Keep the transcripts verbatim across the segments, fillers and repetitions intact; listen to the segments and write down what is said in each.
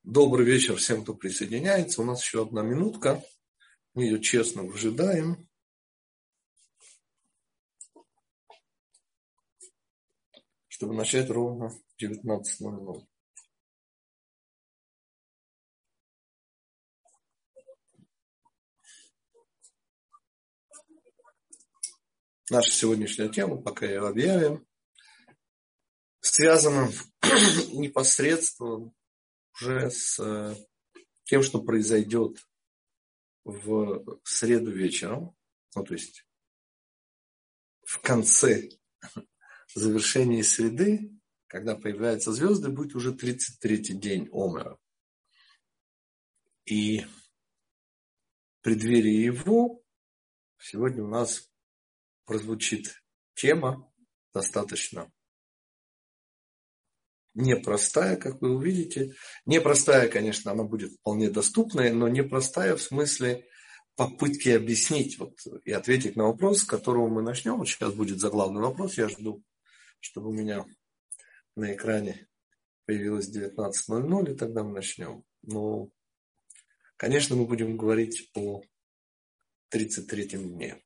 Добрый вечер всем, кто присоединяется. У нас еще одна минутка. Мы ее честно выжидаем. Чтобы начать ровно в девятнадцать ноль ноль. Наша сегодняшняя тема, пока ее объявим, связана непосредственно уже с тем, что произойдет в среду вечером, ну то есть в конце завершения среды, когда появляются звезды, будет уже тридцать третий день Омера. И в преддверии его сегодня у нас прозвучит тема достаточно непростая, как вы увидите. Непростая, конечно, она будет вполне доступная, но непростая в смысле попытки объяснить вот, и ответить на вопрос, с которого мы начнем. Вот сейчас будет заглавный вопрос. Я жду, чтобы у меня на экране появилось девятнадцать ноль ноль, и тогда мы начнем. Но, конечно, мы будем говорить о тридцать третьем дне.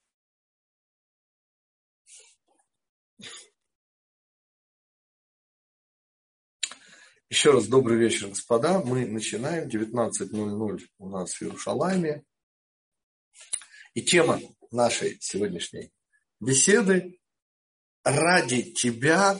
Еще раз добрый вечер, господа. Мы начинаем. девятнадцать ноль ноль у нас в Иерушалайме. И тема нашей сегодняшней беседы «Ради тебя»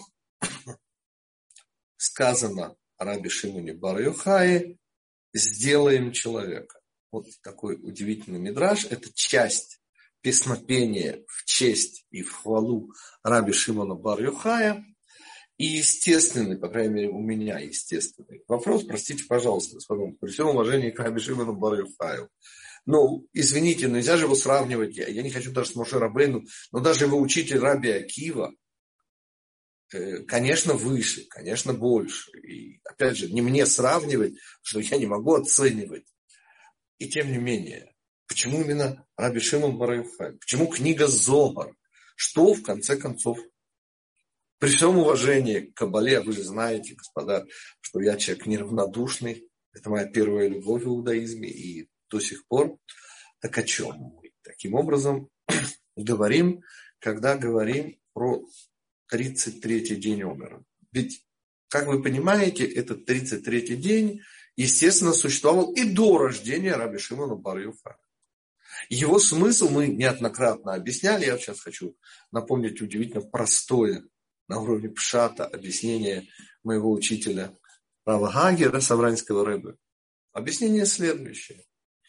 сказано Раби Шимоне бар Йохае «Сделаем человека». Вот такой удивительный мидраш. Это часть песнопения в честь и в хвалу Раби Шимона бар Йохая. И естественный, по крайней мере, у меня естественный вопрос, простите, пожалуйста, господа, при всем уважении к Раби Шимону бар Йохаю. Ну, извините, нельзя же его сравнивать, я, я не хочу даже с Моше Рабейну, но даже его учитель Раби Акива, э, конечно, выше, конечно, больше. И, опять же, не мне сравнивать, что я не могу оценивать. И тем не менее, почему именно Раби Шимон бар Йохай? Почему книга Зоар? Что, в конце концов, при всем уважении к Кабале, вы же знаете, господа, что я человек неравнодушный. Это моя первая любовь в иудаизме. И до сих пор. Так о чем мы таким образом говорим, когда говорим про тридцать третий день Омера? Ведь, как вы понимаете, этот тридцать третий день, естественно, существовал и до рождения Раби Шимона бар Йохая. Его смысл мы неоднократно объясняли. Я сейчас хочу напомнить удивительно простое на уровне пшата объяснение моего учителя Рава Гагера, Савранского рэбе. Объяснение следующее.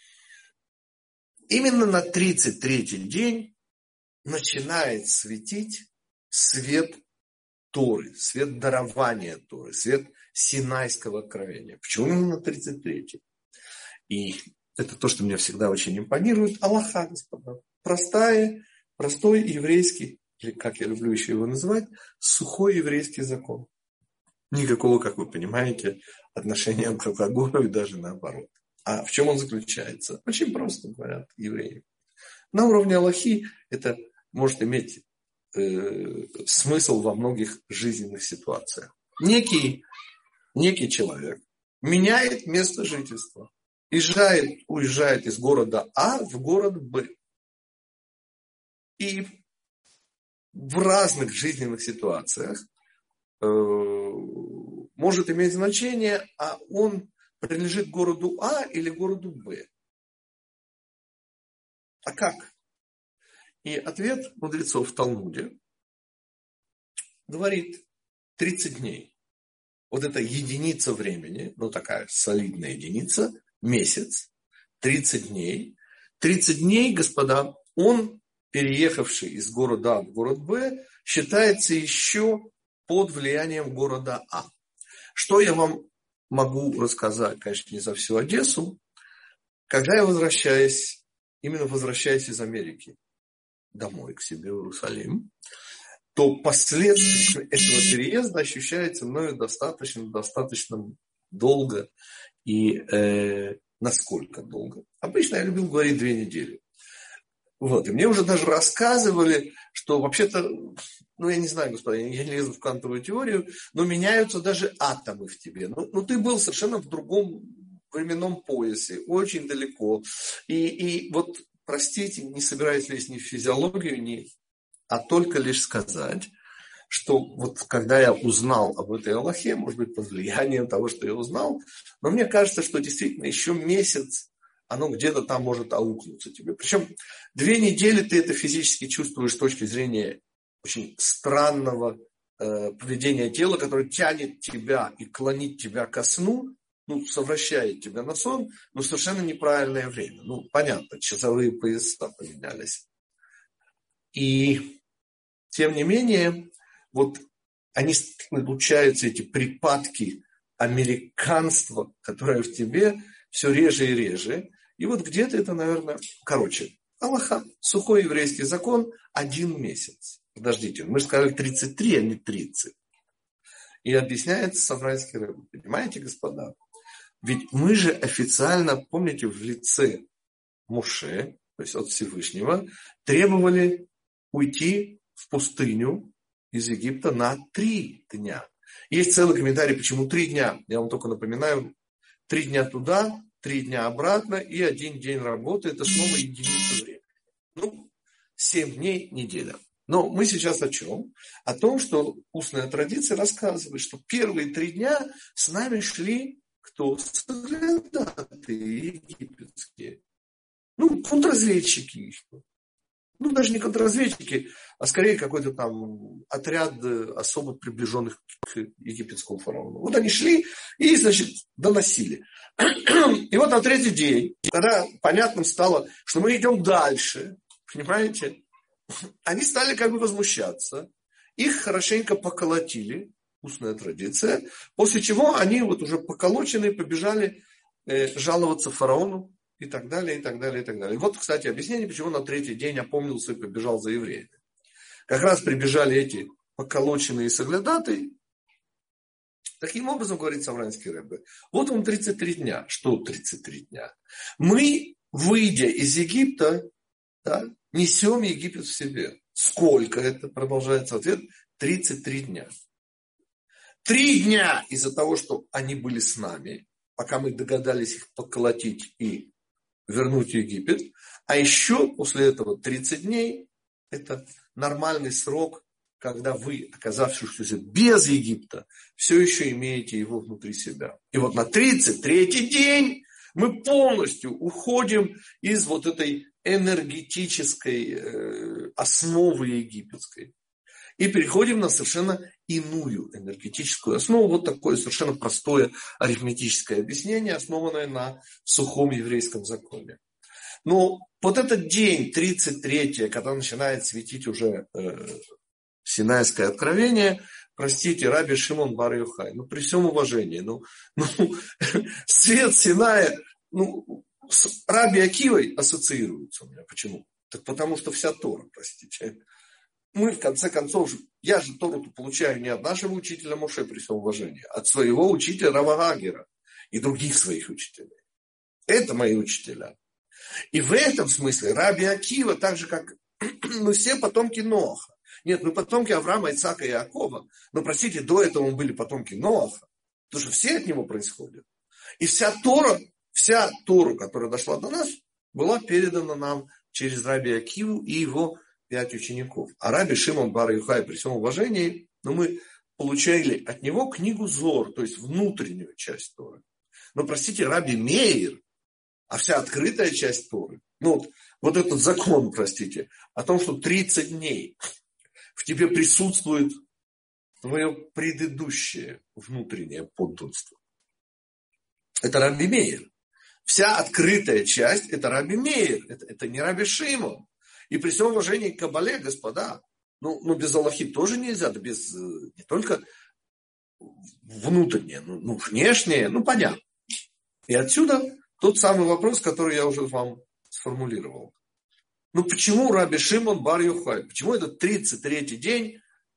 Именно на тридцать третий день начинает светить свет Торы, свет дарования Торы, свет Синайского откровения. Почему именно на тридцать третий? И это то, что мне всегда очень импонирует. Алаха, господа. Простая, простой еврейский, или как я люблю еще его называть, сухой еврейский закон. Никакого, как вы понимаете, отношения к алкоголю и даже наоборот. А в чем он заключается? Очень просто, говорят евреи. На уровне алахи это может иметь э, смысл во многих жизненных ситуациях. Некий, некий человек меняет место жительства. Уезжает, уезжает из города А в город Б. И в разных жизненных ситуациях э, может иметь значение, а он принадлежит городу А или городу Б. А как? И ответ мудрецов в Талмуде говорит тридцать дней. Вот это единица времени, ну такая солидная единица, месяц, тридцать дней. тридцать дней, господа, он, переехавший из города А в город Б, считается еще под влиянием города А. Что я вам могу рассказать, конечно, не за всю Одессу. Когда я возвращаюсь, именно возвращаюсь из Америки домой к себе в Иерусалим, то последствия этого переезда ощущаются мною достаточно, достаточно долго. И э, насколько долго? Обычно я любил говорить две недели. Вот. И мне уже даже рассказывали, что вообще-то ну, я не знаю, господа, я не лезу в квантовую теорию, но меняются даже атомы в тебе. Ну, ну ты был совершенно в другом временном поясе, очень далеко. И, и вот, простите, не собираюсь лезть ни в физиологию, ни, а только лишь сказать, что вот когда я узнал об этой Аллахе, может быть, под влиянием того, что я узнал, но мне кажется, что действительно еще месяц оно где-то там может аукнуться тебе. Причем две недели ты это физически чувствуешь с точки зрения очень странного э, поведения тела, которое тянет тебя и клонит тебя ко сну, ну, совращает тебя на сон, но совершенно неправильное время. Ну, понятно, часовые пояса поменялись. И тем не менее, вот они случаются, эти припадки американства, которое в тебе все реже и реже. И вот где-то это, наверное, короче, Аллаха, сухой еврейский закон, один месяц. Подождите, мы же сказали тридцать три, а не тридцать. И объясняется Саврайский рэбе. Понимаете, господа? Ведь мы же официально, помните, в лице Моше, то есть от Всевышнего, требовали уйти в пустыню из Египта на три дня. Есть целый комментарий, почему три дня. Я вам только напоминаю, три дня туда, три дня обратно и один день работы. Это снова единица времени. Ну, семь дней неделя. Но мы сейчас о чем? О том, что устная традиция рассказывает, что первые три дня с нами шли кто? Соглядатые египетские. Ну, контрразведчики. Ну, даже не контрразведчики, а скорее какой-то там отряд особо приближенных к египетскому фараону. Вот они шли и, значит, доносили. И вот на третий день, когда понятным стало, что мы идем дальше, понимаете, они стали как бы возмущаться. Их хорошенько поколотили, устная традиция, после чего они вот уже поколоченные побежали э, жаловаться фараону. И так далее, и так далее, и так далее. И вот, кстати, объяснение, почему на третий день опомнился и побежал за евреями. Как раз прибежали эти поколоченные соглядатые. Таким образом, говорит Саврайский рэбе, вот вам тридцать три дня. Что тридцать три дня? Мы, выйдя из Египта, да, несем Египет в себе. Сколько это? Продолжается ответ. тридцать три дня. Три дня из-за того, что они были с нами, пока мы догадались их поколотить и вернуть в Египет. А еще после этого тридцать дней – это нормальный срок, когда вы, оказавшись без Египта, все еще имеете его внутри себя. И вот на тридцать третий день мы полностью уходим из вот этой энергетической основы египетской и переходим на совершенно иную энергетическую основу. Вот такое совершенно простое арифметическое объяснение, основанное на сухом еврейском законе. Но вот этот день, тридцать третий, когда начинает светить уже э, Синайское откровение, простите, Раби Шимон бар Йохай, ну при всем уважении, ну, ну свет Синая, ну, с Раби Акивой ассоциируется у меня. Почему? Так потому что вся Тора, простите. Мы, в конце концов, я же Тору получаю не от нашего учителя Моше, при всем уважении, а от своего учителя Рава Гагера и других своих учителей. Это мои учителя. И в этом смысле Раби Акива, так же, как мы все потомки Ноаха. Нет, мы потомки Авраама, Ицхака и Иакова. Но, простите, до этого мы были потомки Ноаха. Потому что все от него происходят. И вся Тора, вся Тора, которая дошла до нас, была передана нам через Раби Акиву и его пять учеников. А Раби Шимон бар Йохай, при всем уважении, но мы получали от него книгу Зор, то есть внутреннюю часть Торы. Но, простите, Раби Меир, а вся открытая часть Торы, ну вот, вот этот закон, простите, о том, что тридцать дней в тебе присутствует твое предыдущее внутреннее подданство. Это Раби Меир. Вся открытая часть – это Раби Меир, это, это не Раби Шимон. И при всем уважении к Кабале, господа, ну, ну без Аллахи тоже нельзя, да без, не только внутреннее, ну, ну внешнее, ну понятно. И отсюда тот самый вопрос, который я уже вам сформулировал. Ну почему Раби Шимон бар Йохай? Почему этот тридцать третий день?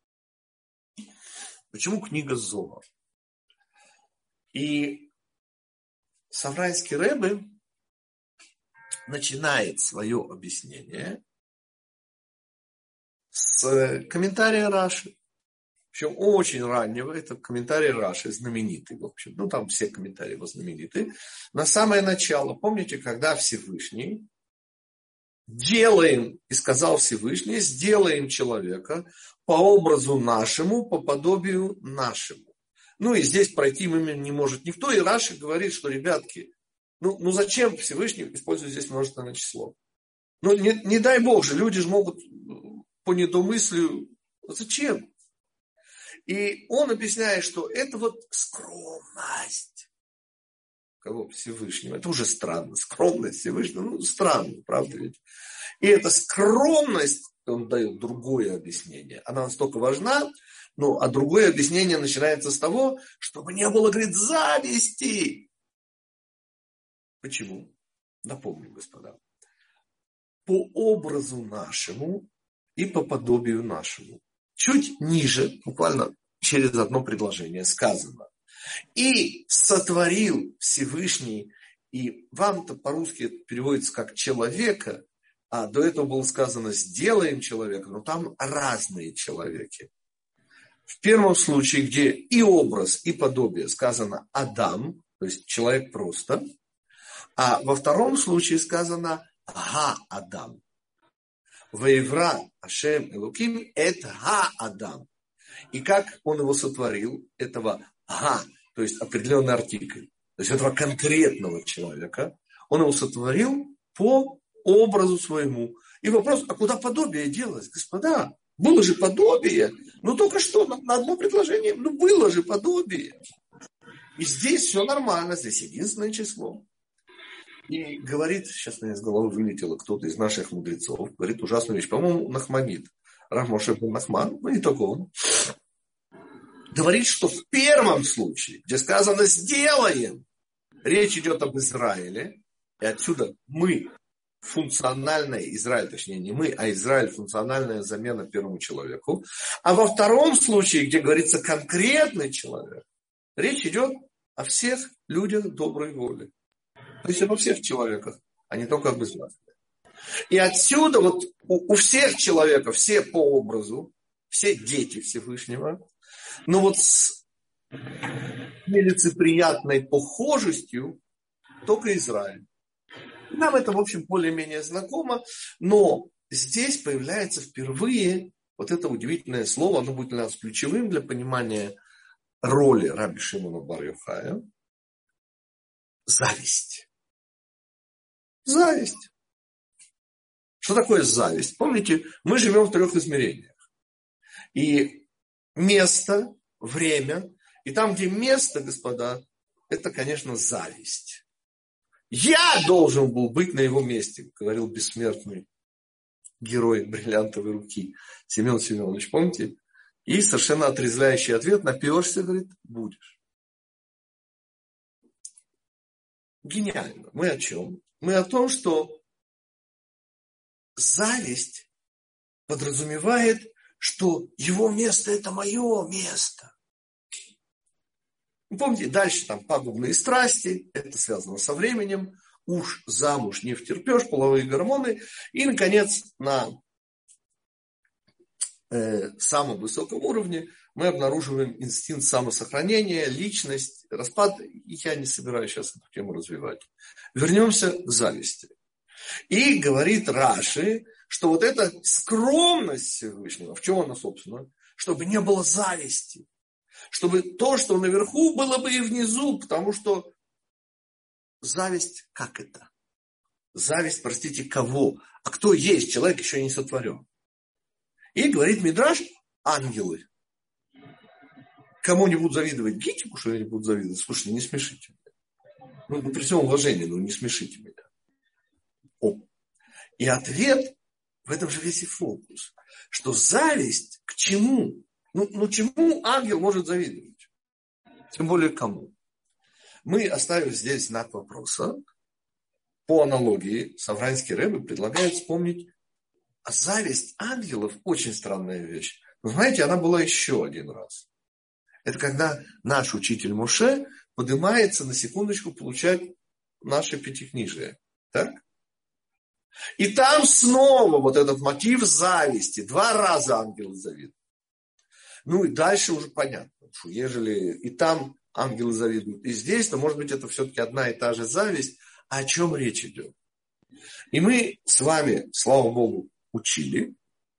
Почему книга Зоар? И Саврайский рэбе начинает свое объяснение с комментария Раши. Причем очень раннего, это комментарий Раши, знаменитый, в общем. Ну, там все комментарии его знаменитые. На самое начало, помните, когда Всевышний делаем, и сказал Всевышний, сделаем человека по образу нашему, по подобию нашему. Ну, и здесь пройти мимо не может никто. И Раши говорит, что, ребятки, ну, ну зачем Всевышний использует здесь множественное число? Ну, не, не дай Бог же, люди же могут по недомыслию. Зачем? И он объясняет, что это вот скромность. Кого? Всевышнего. Это уже странно. Скромность Всевышнего. Ну, странно, правда ведь? И эта скромность, он дает другое объяснение. Она настолько важна, ну, а другое объяснение начинается с того, чтобы не было, говорит, зависти. Почему? Напомню, господа. По образу нашему и по подобию нашему. Чуть ниже, буквально через одно предложение сказано. И сотворил Всевышний, и вам-то по-русски это переводится как человека, а до этого было сказано сделаем человека, но там разные человеки. В первом случае, где и образ, и подобие сказано Адам, то есть человек просто, а во втором случае сказано Га-Адам. Ваевра Ашем Элуким эт Га-Адам. И как он его сотворил, этого Га, то есть определенный артикль, то есть этого конкретного человека, он его сотворил по образу своему. И вопрос, а куда подобие делось, господа? Было же подобие. Ну только что, на, на одно предложение, ну было же подобие. И здесь все нормально, здесь единственное число. И говорит, сейчас мне из головы вылетело кто-то из наших мудрецов, говорит ужасную вещь, по-моему, Нахманит, Рав Моше бен Нахман, ну не только он, говорит, что в первом случае, где сказано «сделаем», речь идет об Израиле, и отсюда мы, функциональная Израиль, точнее не мы, а Израиль, функциональная замена первому человеку. А во втором случае, где говорится конкретный человек, речь идет о всех людях доброй воли. То есть обо всех человеках, а не только об Израиле. И отсюда вот у, у всех человеков, все по образу, все дети Всевышнего, но вот с нелицеприятной похожестью только Израиль. Нам это, в общем, более-менее знакомо, но здесь появляется впервые вот это удивительное слово, оно будет для нас ключевым для понимания роли Раби Шимона бар Йохая. Зависть. Зависть. Что такое зависть? Помните, мы живем в трех измерениях. И место, время, и там, где место, господа, это, конечно, зависть. Я должен был быть на его месте, говорил бессмертный герой бриллиантовой руки Семен Семенович, помните? И совершенно отрезвляющий ответ: напьешься, говорит, будешь. Гениально. Мы о чем? Мы о том, что зависть подразумевает, что его место – это мое место. Помните, дальше там пагубные страсти, это связано со временем, уж замуж не втерпешь, половые гормоны. И, наконец, на э, самом высоком уровне мы обнаруживаем инстинкт самосохранения, личность, распад. И я не собираюсь сейчас эту тему развивать. Вернемся к зависти. И говорит Раши, что вот эта скромность Всевышнего, в чем она, собственно, чтобы не было зависти. Чтобы то, что наверху, было бы и внизу, потому что зависть, как это? Зависть, простите, кого? А кто есть? Человек еще не сотворен. И говорит Мидраш, ангелы. Кому не будут завидовать? Гитику, что они будут завидовать? Слушайте, не смешите меня. Ну, при всем уважении, ну не смешите меня. О. И ответ, в этом же весь и фокус, что зависть к чему? Ну, ну, чему ангел может завидовать? Тем более кому? Мы оставим здесь знак вопроса. По аналогии, Савранский Ребе предлагает вспомнить, а зависть ангелов очень странная вещь. Но знаете, она была еще один раз. Это когда наш учитель Моше поднимается на секундочку получать наше пятикнижие. Так? И там снова вот этот мотив зависти. Два раза ангелы завидуют. Ну и дальше уже понятно, что ежели и там ангелы завидуют, и здесь, то может быть это все-таки одна и та же зависть. А о чем речь идет? И мы с вами, слава Богу, учили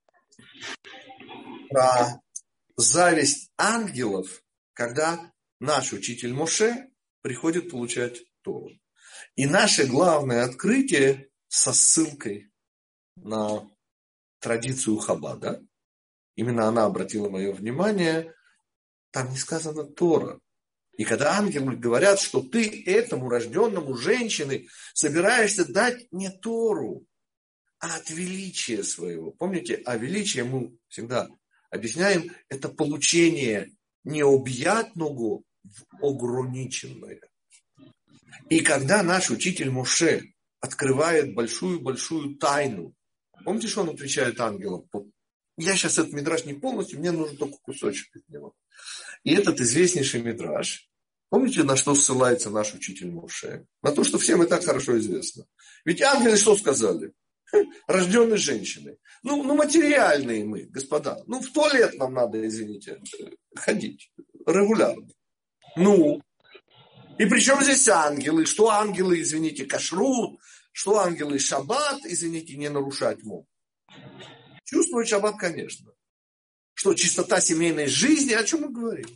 про зависть ангелов, когда наш учитель Моше приходит получать Тору. И наше главное открытие со ссылкой на традицию Хаббада, именно она обратила мое внимание, там не сказано Тора. И когда ангелы говорят, что ты этому рожденному женщине собираешься дать не Тору, а от величия своего. Помните, а величие мы всегда объясняем, это получение необъятного в ограниченное. И когда наш учитель Моше открывает большую-большую тайну, помните, что он отвечает ангелам? Я сейчас этот мидраш не полностью, мне нужен только кусочек из него. И этот известнейший мидраш, помните, на что ссылается наш учитель Моше? На то, что всем и так хорошо известно. Ведь ангелы что сказали? Рожденные женщины. Ну, ну, материальные мы, господа. Ну, в туалет нам надо, извините, ходить регулярно. Ну, и причем здесь ангелы? Что ангелы, извините, кашрут? Что ангелы шаббат, извините, не нарушать могут? Чувствуют шаббат, конечно. Что чистота семейной жизни, о чем мы говорим?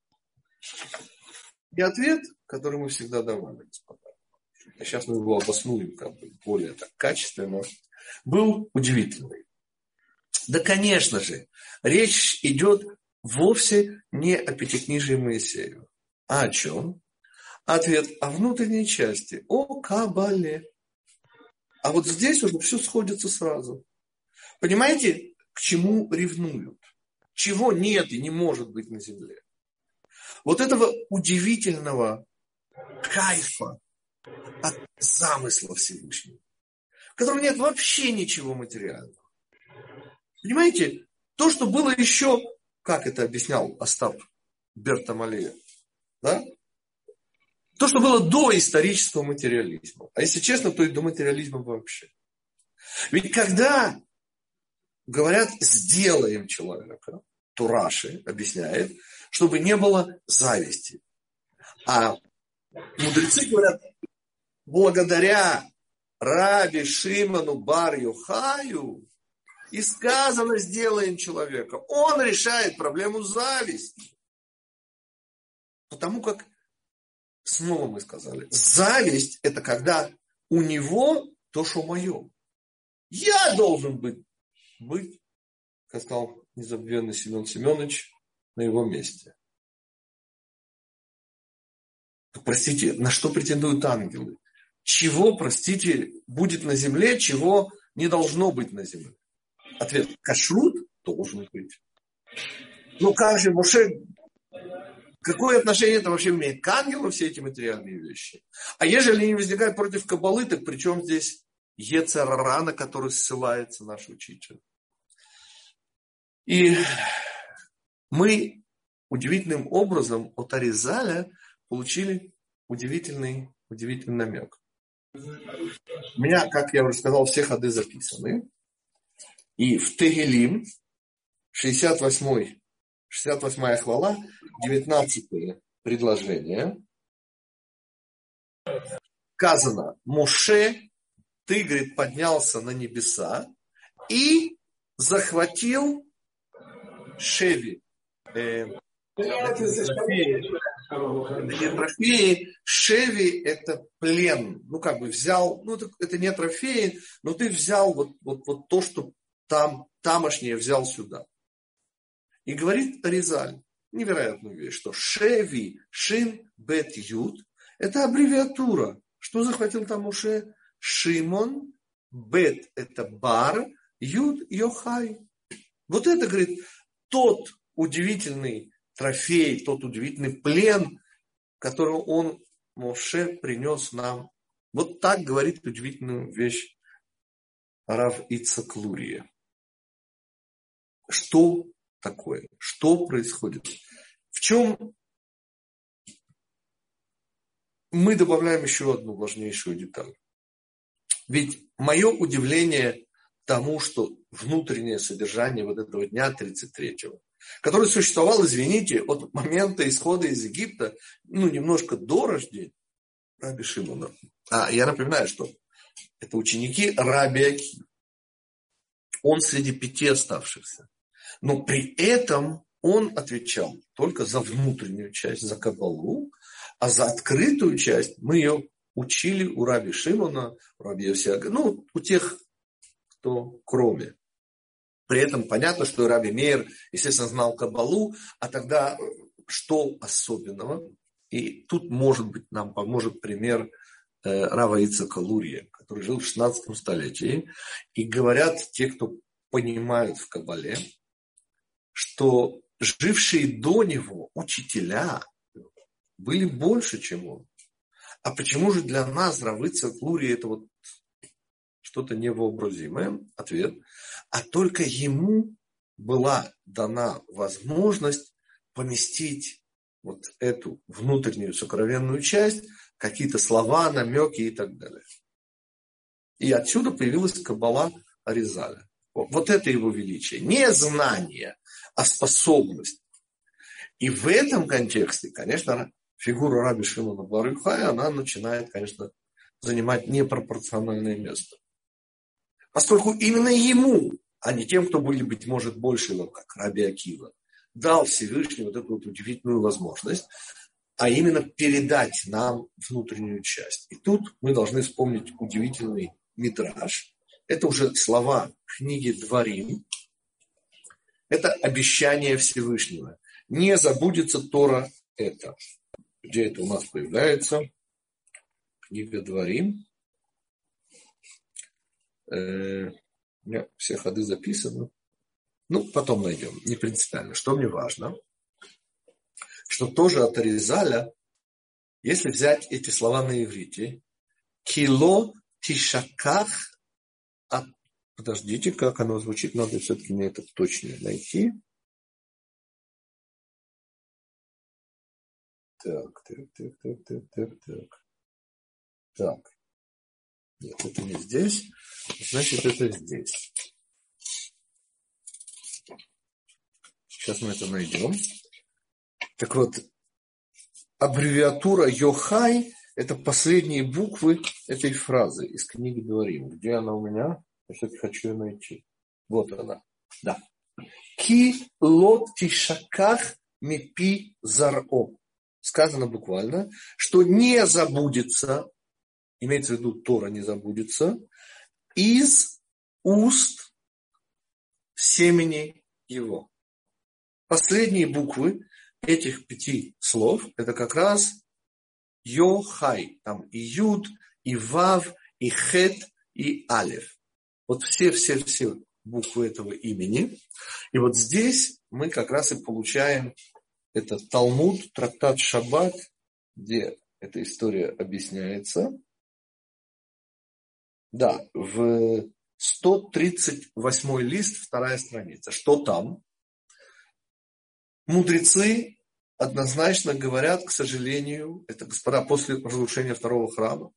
И ответ, который мы всегда давали, господа, а сейчас мы его обоснуем как бы более так качественно, был удивительный. Да, конечно же, речь идет вовсе не о пятикнижии Моисея. А о чем? Ответ о внутренней части, о Кабале. А вот здесь уже все сходится сразу. Понимаете, к чему ревнуют? Чего нет и не может быть на земле? Вот этого удивительного кайфа от замысла Всевышнего, в котором нет вообще ничего материального. Понимаете, то, что было еще, как это объяснял Остап Бертамалея, да? То, что было до исторического материализма. А если честно, то и до материализма вообще. Ведь когда говорят «сделаем человека», то Раши объясняет, чтобы не было зависти. А мудрецы говорят, благодаря Раби Шимону бар Йохаю и сказано «сделаем человека», он решает проблему зависти. Потому как, снова мы сказали, зависть – это когда у него то, что мое. Я должен быть, быть, как сказал незабвенный Семен Семенович, на его месте. Простите, на что претендуют ангелы? Чего, простите, будет на земле, чего не должно быть на земле? Ответ – кашрут должен быть. Ну как же, Моше, какое отношение это вообще имеет к ангелам, все эти материальные вещи? А ежели они возникают против каббалы, так при чем здесь Йецер ара, на который ссылается наш учитель? И мы удивительным образом от Аризаля получили удивительный, удивительный намек. У меня, как я уже сказал, все ходы записаны. И в Тегелим, шестьдесят восьмая хвала, девятнадцатое предложение, сказано: Моше, ты, говорит, поднялся на небеса и захватил Шеви. Э, трофеи. Это не трофеи. Шеви – это плен. Ну, как бы взял, ну, это, это не трофеи, но ты взял вот, вот, вот то, что там тамошнее взял сюда. И говорит Аризаль невероятную вещь, что Шеви, Шин, Бет, Юд – это аббревиатура. Что захватил там Моше? Шимон, Бет – это Бар, Юд – Йохай. Вот это, говорит, тот удивительный трофей, тот удивительный плен, который он, Моше, принес нам. Вот так говорит удивительную вещь Рав Ицхак Лурия. Что такое? Что происходит? В чем мы добавляем еще одну важнейшую деталь? Ведь мое удивление тому, что внутреннее содержание вот этого дня тридцать третьего, который существовал, извините, от момента исхода из Египта, ну, немножко до рождения раби Шимона. А, я напоминаю, что это ученики раби Акивы. Он среди пяти оставшихся. Но при этом он отвечал только за внутреннюю часть, за каббалу, а за открытую часть мы ее учили у раби Шимона, у раби Йоси, ну, у тех, кто кроме. При этом понятно, что и раби Меир, естественно, знал каббалу, а тогда что особенного? И тут, может быть, нам поможет пример э, рава Ицхака Лурия, который жил в шестнадцатом столетии. И говорят те, кто понимают в каббале, что жившие до него учителя были больше, чем он. А почему же для нас рав Ицхак Лурия это вот что-то невообразимое? Ответ. А только ему была дана возможность поместить вот эту внутреннюю сокровенную часть, какие-то слова, намеки и так далее. И отсюда появилась каббала Аризаля. Вот это его величие. Не знание, а способность. И в этом контексте, конечно, фигура раби Шимона бар Йохая, она начинает, конечно, занимать непропорциональное место. Поскольку именно ему, а не тем, кто были, быть может, больше его, как раби Акива, дал Всевышний вот эту вот удивительную возможность, а именно передать нам внутреннюю часть. И тут мы должны вспомнить удивительный мидраш. Это уже слова книги Дворим. Это обещание Всевышнего. Не забудется Тора это. Где это у нас появляется? Книга Дворим. Э, у меня все ходы записаны. Ну, потом найдем. Не принципиально. Что мне важно? Что тоже от Аризаля, если взять эти слова на иврите, кило тишаках, а, подождите, как оно звучит, надо все-таки мне это точнее найти. Так, так, так, так, так, так, так. Так. Нет, это не здесь. Значит, это здесь. Сейчас мы это найдем. Так вот, аббревиатура Йохай – это последние буквы этой фразы из книги Дворим. Где она у меня? Я все-таки хочу ее найти. Вот она. Да. Ки лот тишаках мипи заро. Сказано буквально, что не забудется, имеется в виду Тора не забудется, из уст семени его. Последние буквы этих пяти слов – это как раз Йохай. Там и Юд, и Вав, и Хет, и Алеф. Вот все-все-все буквы этого имени. И вот здесь мы как раз и получаем этот Талмуд, трактат Шаббат, где эта история объясняется. Да, в сто тридцать восьмой лист, вторая страница. Что там? Мудрецы однозначно говорят, к сожалению, это, господа, после разрушения второго храма,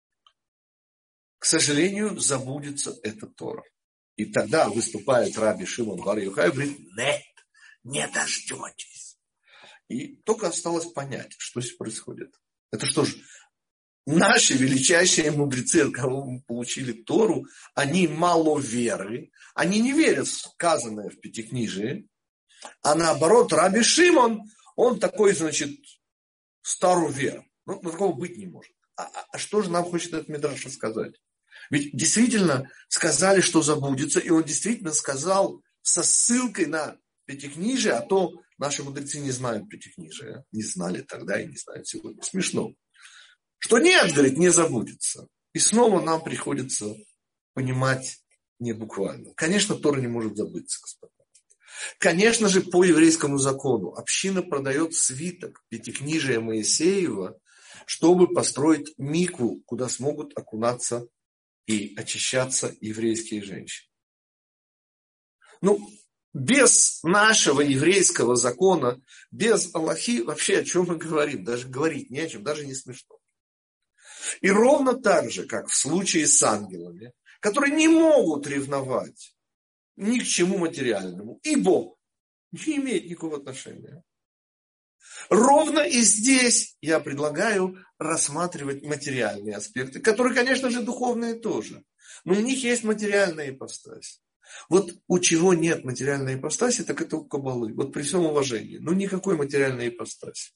к сожалению, забудется эта Тора. И тогда выступает раби Шимон бар Йохай и говорит: нет, не дождетесь. И только осталось понять, что здесь происходит. Это что же, наши величайшие мудрецы, от кого мы получили Тору, они маловеры, они не верят в сказанное в Пятикнижии, а наоборот, раби Шимон, он такой, значит, старовер. Ну, такого быть не может. А, а что же нам хочет этот мидраш рассказать? Ведь действительно сказали, что забудется, и он действительно сказал со ссылкой на Пятикнижие, а то наши мудрецы не знают Пятикнижия, не знали тогда и не знают сегодня. Смешно. Что нет, говорит, не забудется. И снова нам приходится понимать не буквально. Конечно, Тора не может забыться, господа. Конечно же, по еврейскому закону община продает свиток Пятикнижия Моисеева, чтобы построить микву, куда смогут окунаться и очищаться еврейские женщины. Ну, без нашего еврейского закона, без Аллахи, вообще о чем мы говорим? Даже говорить не о чем, даже не смешно. И ровно так же, как в случае с ангелами, которые не могут ревновать ни к чему материальному, ибо не имеет никакого отношения. Ровно и здесь я предлагаю рассматривать материальные аспекты, которые, конечно же, духовные тоже. Но у них есть материальная ипостась. Вот у чего нет материальной ипостаси, так это у каббалы. Вот при всем уважении. Ну, никакой материальной ипостаси.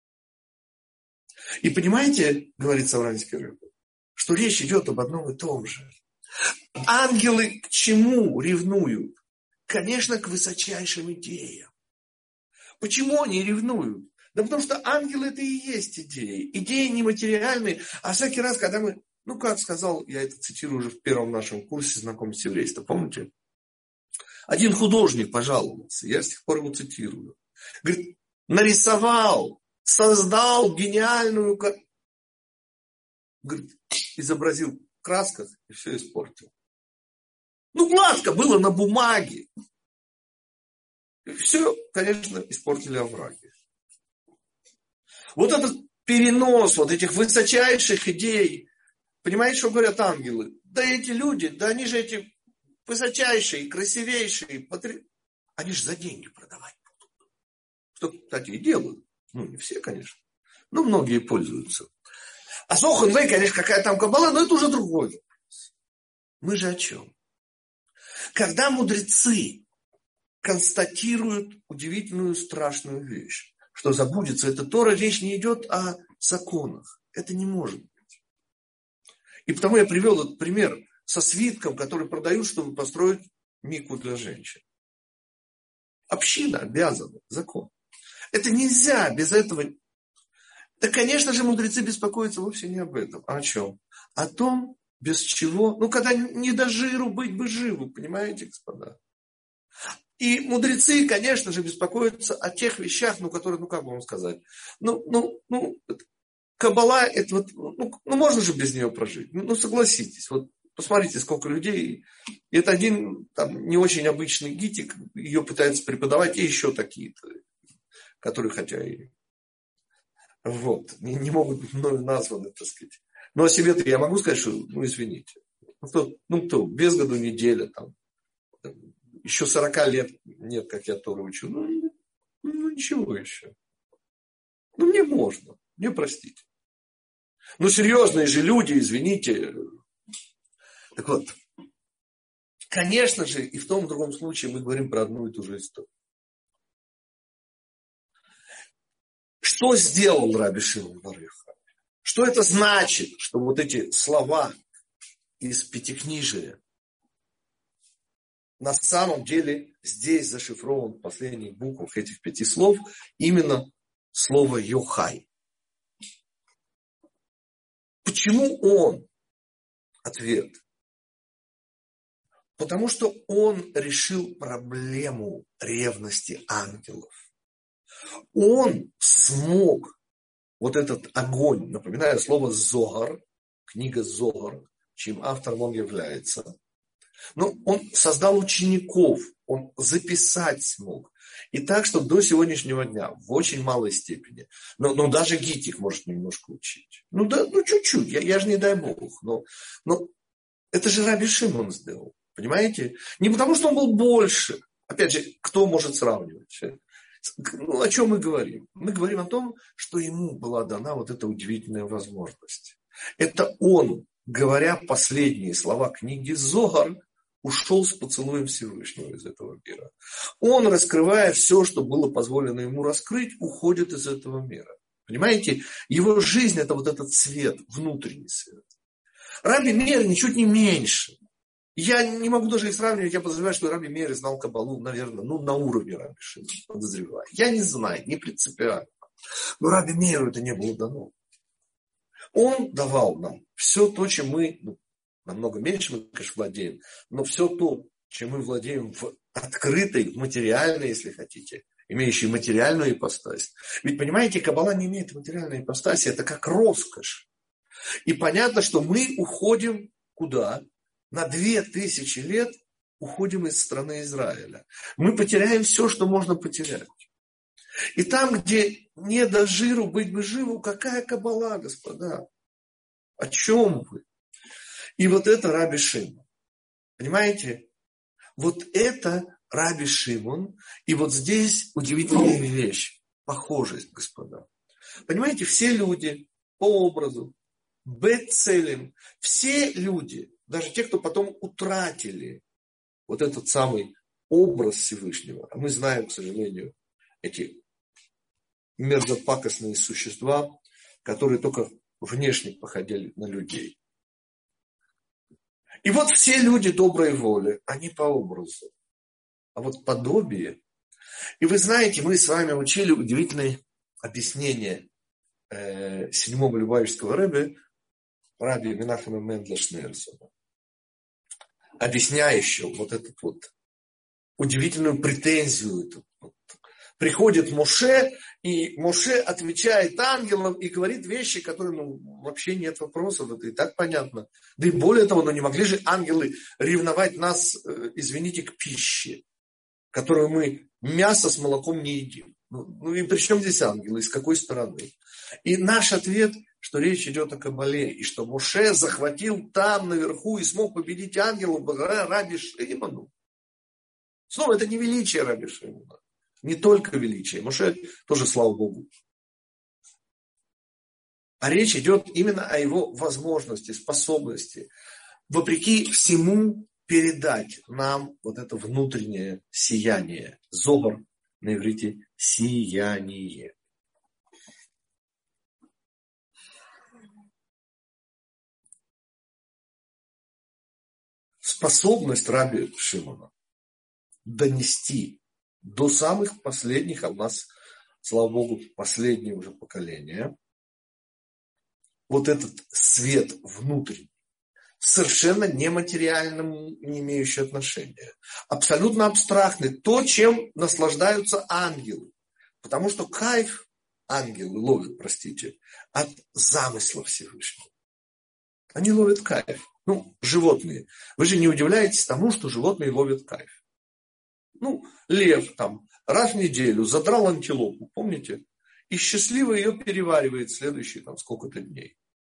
И понимаете, говорит Савранский Рэбе, что речь идет об одном и том же. Ангелы к чему ревнуют? Конечно, к высочайшим идеям. Почему они ревнуют? Да потому что ангелы это и есть идеи. Идеи нематериальные. А всякий раз, когда мы, ну как сказал, я это цитирую уже в первом нашем курсе знакомств с еврейством, помните? Один художник пожаловался, я с тех пор его цитирую. Говорит, нарисовал, создал гениальную, говорит, изобразил в красках и все испортил. Ну, гладко было на бумаге. И все, конечно, испортили овраги. Вот этот перенос вот этих высочайших идей, понимаете, что говорят ангелы? Да эти люди, да они же эти высочайшие, красивейшие, потр... они же за деньги продавать будут. Что, кстати, и делают. Ну, не все, конечно. Но многие пользуются. А Соханвей, конечно, какая там каббала, но это уже другой вопрос. Мы же о чем? Когда мудрецы констатируют удивительную, страшную вещь, что забудется это Тора, речь не идет о законах. Это не может быть. И потому я привел этот пример со свитком, который продают, чтобы построить микву для женщин. Община обязана, закон. Это нельзя без этого. Да, конечно же, мудрецы беспокоятся вовсе не об этом. А о чем? О том, без чего, ну, когда не до жиру быть бы живу, понимаете, господа? И мудрецы, конечно же, беспокоятся о тех вещах, ну, которые, ну, как бы вам сказать, ну, ну, ну, каббала, это вот, ну, ну, можно же без нее прожить, ну, согласитесь, вот, посмотрите, сколько людей, и это один, там, не очень обычный гитик, ее пытаются преподавать, и еще такие-то, которые, хотя и, вот, не, не могут быть мною названы, так сказать. Но о себе-то я могу сказать, что, ну, извините, ну, кто, ну, кто без году неделя, там, еще сорока лет нет, как я Тору учу. Ну, ну, ничего еще. Ну, мне можно. Мне простите. Ну, серьезные же люди, извините. Так вот. Конечно же, и в том и в другом случае мы говорим про одну и ту же историю. Что сделал Раби Шимон бар Йохай? Что это значит, что вот эти слова из Пятикнижия на самом деле здесь зашифрован в последних буквах этих пяти слов именно слово Йохай. Почему он? Ответ. Потому что он решил проблему ревности ангелов. Он смог вот этот огонь, напоминаю слово Зогар, книга Зогар, чьим автором он является. Но он создал учеников, он записать смог. И так, что до сегодняшнего дня, в очень малой степени, но, но даже гитик может немножко учить. Ну да, ну чуть-чуть, я, я же не дай бог. Но, но это же Раби Шимон сделал, понимаете? Не потому, что он был больше. Опять же, кто может сравнивать? Ну, о чем мы говорим? Мы говорим о том, что ему была дана вот эта удивительная возможность. Это он, говоря последние слова книги Зогар, ушел с поцелуем Всевышнего из этого мира. Он, раскрывая все, что было позволено ему раскрыть, уходит из этого мира. Понимаете? Его жизнь – это вот этот свет, внутренний свет. Раби Меир ничуть не меньше. Я не могу даже их сравнивать. Я подозреваю, что Раби Меир знал каббалу, наверное, ну, на уровне Раби Шимона, подозреваю. Я не знаю, не принципиально. Но Раби Меиру это не было дано. Он давал нам все то, чем мы... Ну, намного меньше мы, конечно, владеем, но все то, чем мы владеем в открытой, материальной, если хотите, имеющей материальную ипостась. Ведь, понимаете, каббала не имеет материальной ипостаси, это как роскошь. И понятно, что мы уходим куда? На две тысячи лет уходим из страны Израиля. Мы потеряем все, что можно потерять. И там, где не до жиру быть бы живу, какая каббала, господа? О чем вы? И вот это Раби Шимон. Понимаете? Вот это Раби Шимон. И вот здесь удивительная вещь. Похожесть, господа. Понимаете, все люди по образу, б-целям, все люди, даже те, кто потом утратили вот этот самый образ Всевышнего. А мы знаем, к сожалению, эти мерзопакостные существа, которые только внешне походили на людей. И вот все люди доброй воли, они по образу. А вот подобие. И вы знаете, мы с вами учили удивительное объяснение э, седьмого Любавичского рэбе, раби Менахема Мендля Шнейрсона, объясняющего вот эту вот удивительную претензию. Эту, вот. Приходит Моше, и Моше отвечает ангелам и говорит вещи, которые, ну, вообще нет вопросов, это и так понятно. Да и более того, ну, не могли же ангелы ревновать нас, извините, к пище, которую мы мясо с молоком не едим. Ну, ну и при чем здесь ангелы, и с какой стороны? И наш ответ, что речь идет о Кабале, и что Моше захватил там наверху и смог победить ангелов благодаря Раби Шимону. Снова, это не величие Раби Шимона. Не только величие. Моше тоже, слава Богу. А речь идет именно о его возможности, способности, вопреки всему, передать нам вот это внутреннее сияние. Зогар на иврите сияние. Способность Раби Шимона донести до самых последних, а у нас, слава Богу, последнее уже поколение, вот этот свет внутренний, совершенно нематериальному, не имеющий отношения, абсолютно абстрактный, то, чем наслаждаются ангелы. Потому что кайф ангелы ловят, простите, от замысла Всевышнего. Они ловят кайф. Ну, животные. Вы же не удивляетесь тому, что животные ловят кайф. Ну, лев там раз в неделю задрал антилопу, помните? И счастливо ее переваривает следующие там сколько-то дней.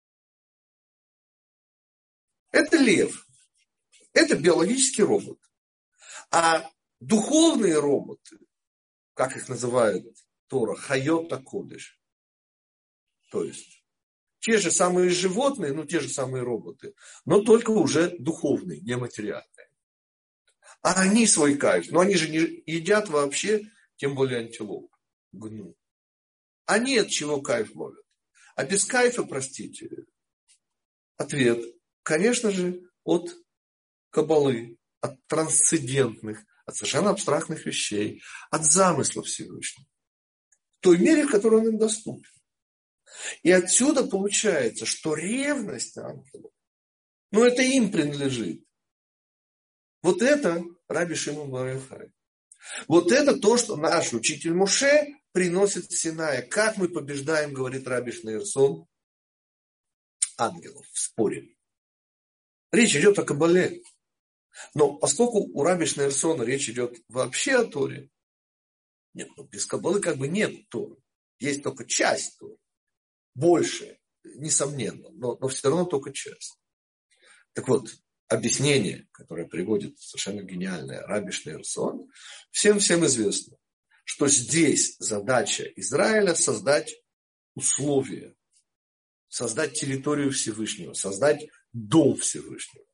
Это лев. Это биологический робот. А духовные роботы, как их называют Тора, хайота кодеш, то есть те же самые животные, ну те же самые роботы, но только уже духовные, нематериальные. А они свой кайф, но они же не едят вообще, тем более антилоп, гну. Они от чего кайф ловят? А без кайфа, простите, ответ, конечно же, от кабалы, от трансцендентных, от совершенно абстрактных вещей, от замысла Всевышнего. В той мере, в которой он им доступен. И отсюда получается, что ревность ангелов, ну это им принадлежит. Вот это Раби Шимон бар Йохай. Вот это то, что наш учитель Моше приносит в Синае. Как мы побеждаем, говорит Раби Шнейрсон, ангелов в споре. Речь идет о Кабале. Но поскольку у Раби Шнейрсона речь идет вообще о Торе, нет, ну без Кабалы как бы нет Торы. Есть только часть Торы. Больше, несомненно, но, но все равно только часть. Так вот, объяснение, которое приводит совершенно гениальное Раби Шнейрсон, всем-всем известно, что здесь задача Израиля создать условия, создать территорию Всевышнего, создать дом Всевышнего.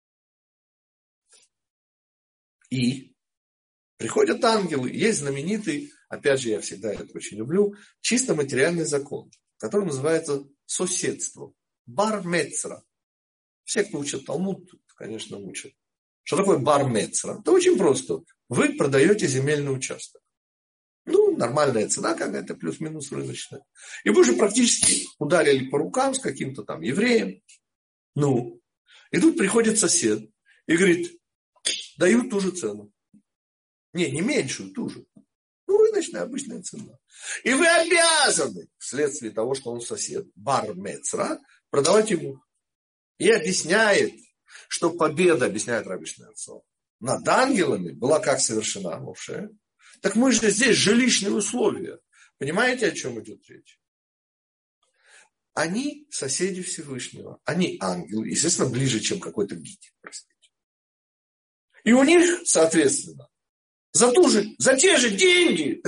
И приходят ангелы, есть знаменитый, опять же, я всегда это очень люблю, чисто материальный закон, который называется соседство, бар-мецра. Все, кто учат Талмуд, конечно, учат. Что такое бар-мецра? Это очень просто. Вы продаете земельный участок. Ну, нормальная цена какая-то, плюс-минус рыночная. И вы же практически ударили по рукам с каким-то там евреем. Ну, и тут приходит сосед и говорит, дают ту же цену. Не, не меньшую, ту же. Ну, рыночная, обычная цена. И вы обязаны, вследствие того, что он сосед, бар-мецра, продавать ему. И объясняет, что победа, объясняет Раби Шнейрсон, над ангелами была как совершена, Моше. Так мы же здесь жилищные условия. Понимаете, о чем идет речь? Они соседи Всевышнего. Они ангелы, естественно, ближе, чем какой-то гитик, простите. И у них, соответственно, за, ту же, за те же деньги.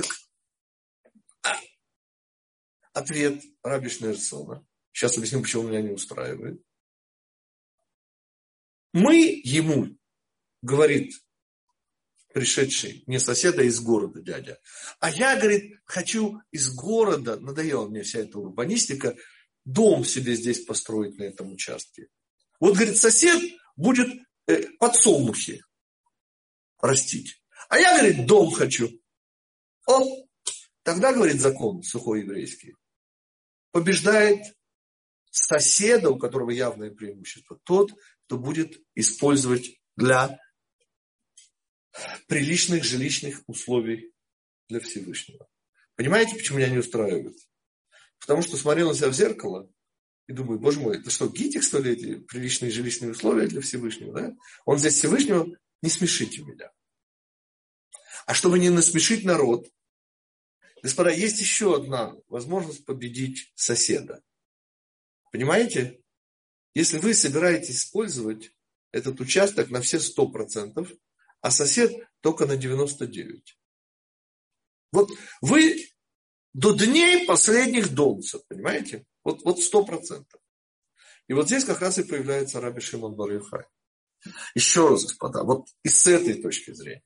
Ответ Раби Шнейрсона. Сейчас объясню, почему меня не устраивает. Мы ему, говорит пришедший, не соседа, а из города дядя. А я, говорит, хочу из города, надоела мне вся эта урбанистика, дом себе здесь построить на этом участке. Вот, говорит, сосед будет э, подсолнухи растить. А я, говорит, дом хочу. О, тогда, говорит, закон сухой еврейский. Побеждает соседа, у которого явное преимущество, тот, кто будет использовать для приличных жилищных условий для Всевышнего. Понимаете, почему меня не устраивает? Потому что смотрел на себя в зеркало и думаю, боже мой, это что, гитик, что ли, эти приличные жилищные условия для Всевышнего? Да? Он здесь Всевышнего, не смешите меня. А чтобы не насмешить народ, господа, есть еще одна возможность победить соседа. Понимаете? Если вы собираетесь использовать этот участок на все сто процентов, а сосед только на девяносто девять процентов. Вот вы до дней последних донцев, понимаете? Вот, вот сто процентов. И вот здесь как раз и появляется Раби Шимон бар Йохай. Еще раз, господа, вот и с этой точки зрения.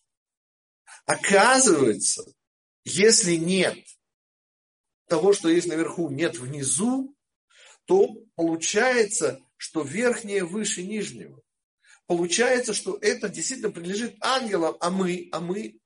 Оказывается, если нет того, что есть наверху, нет внизу, то получается, что верхнее выше нижнего. Получается, что это действительно принадлежит ангелам, а мы, а мы.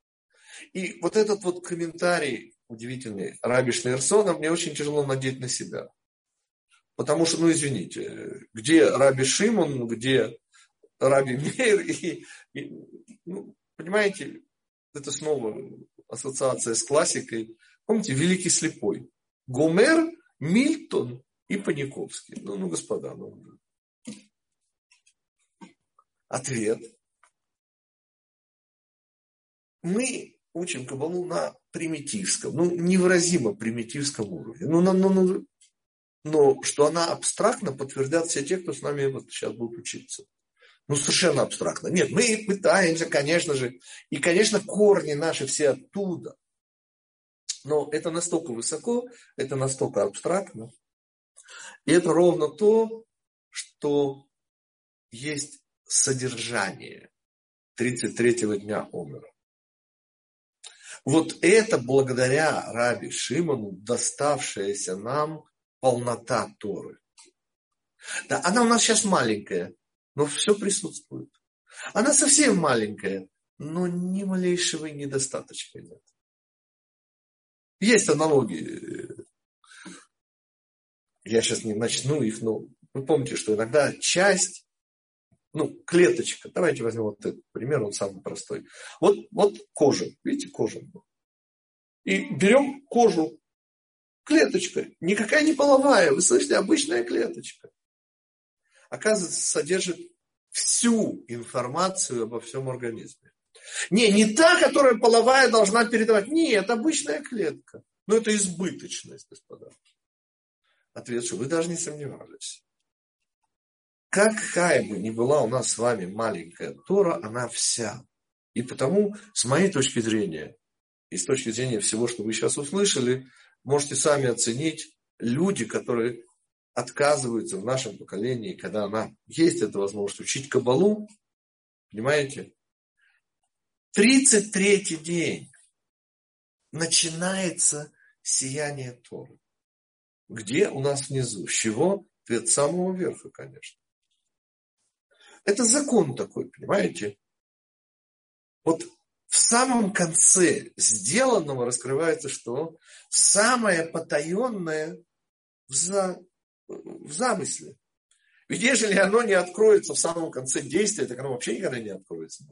И вот этот вот комментарий удивительный Раби Шнейрсона мне очень тяжело надеть на себя. Потому что, ну извините, где Раби Шимон, где Раби Мейр, и, и, ну, понимаете, это снова ассоциация с классикой. Помните, Великий слепой. Гомер, Мильтон и Паниковский. Ну, ну господа, ну. Ответ. Мы учим каббалу на примитивском, ну, невыразимо примитивском уровне. Ну, ну, ну, ну, но что она абстрактно, подтвердят все те, кто с нами вот сейчас будут учиться. Ну, совершенно абстрактно. Нет, мы пытаемся, конечно же. И, конечно, корни наши все оттуда. Но это настолько высоко, это настолько абстрактно. И это ровно то, что есть содержание тридцать третьего дня Омера. Вот это благодаря Раби Шимону доставшаяся нам полнота Торы. Да, она у нас сейчас маленькая, но все присутствует. Она совсем маленькая, но ни малейшего недостаточка нет. Есть аналогии. Я сейчас не начну их, но вы помните, что иногда часть, ну, клеточка, давайте возьмем вот этот пример, он самый простой. Вот, вот кожа, видите, кожа. И берем кожу, клеточка, никакая не половая, вы слышите, обычная клеточка. Оказывается, содержит всю информацию обо всем организме. Не, не та, которая половая должна передавать. Нет, обычная клетка. Но это избыточность, господа. Ответ, что вы даже не сомневались. Какая бы ни была у нас с вами маленькая Тора, она вся. И потому, с моей точки зрения, и с точки зрения всего, что вы сейчас услышали, можете сами оценить люди, которые отказываются в нашем поколении, когда она есть эта возможность учить каббалу, понимаете? тридцать третий день начинается сияние Торы. Где у нас внизу? С чего? От самого верха, конечно. Это закон такой, понимаете? Вот в самом конце сделанного раскрывается, что самое потаенное в, за... в замысле. Ведь если оно не откроется в самом конце действия, так оно вообще никогда не откроется.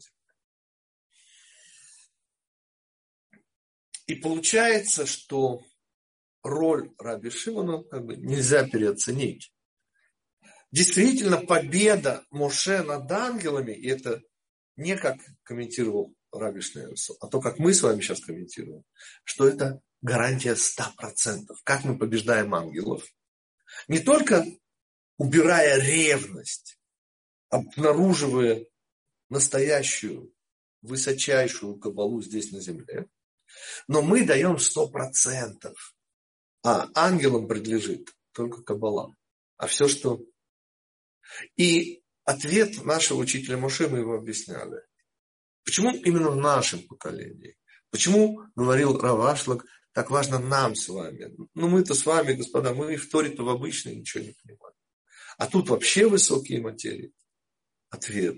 И получается, что роль Раби Шимона как бы нельзя переоценить. Действительно, победа Моше над ангелами, и это не как комментировал Раби Шнейрсон, а то, как мы с вами сейчас комментируем, что это гарантия ста процентов. Как мы побеждаем ангелов? Не только убирая ревность, обнаруживая настоящую, высочайшую кабалу здесь на земле, но мы даем сто процентов, а ангелам принадлежит только кабала. А все, что... И ответ нашего учителя Моше, мы его объясняли. Почему именно в нашем поколении? Почему, говорил Рав Ашлаг, так важно нам с вами? Ну, мы-то с вами, господа, мы в Торе-то в обычной ничего не понимаем. А тут вообще высокие материи. Ответ.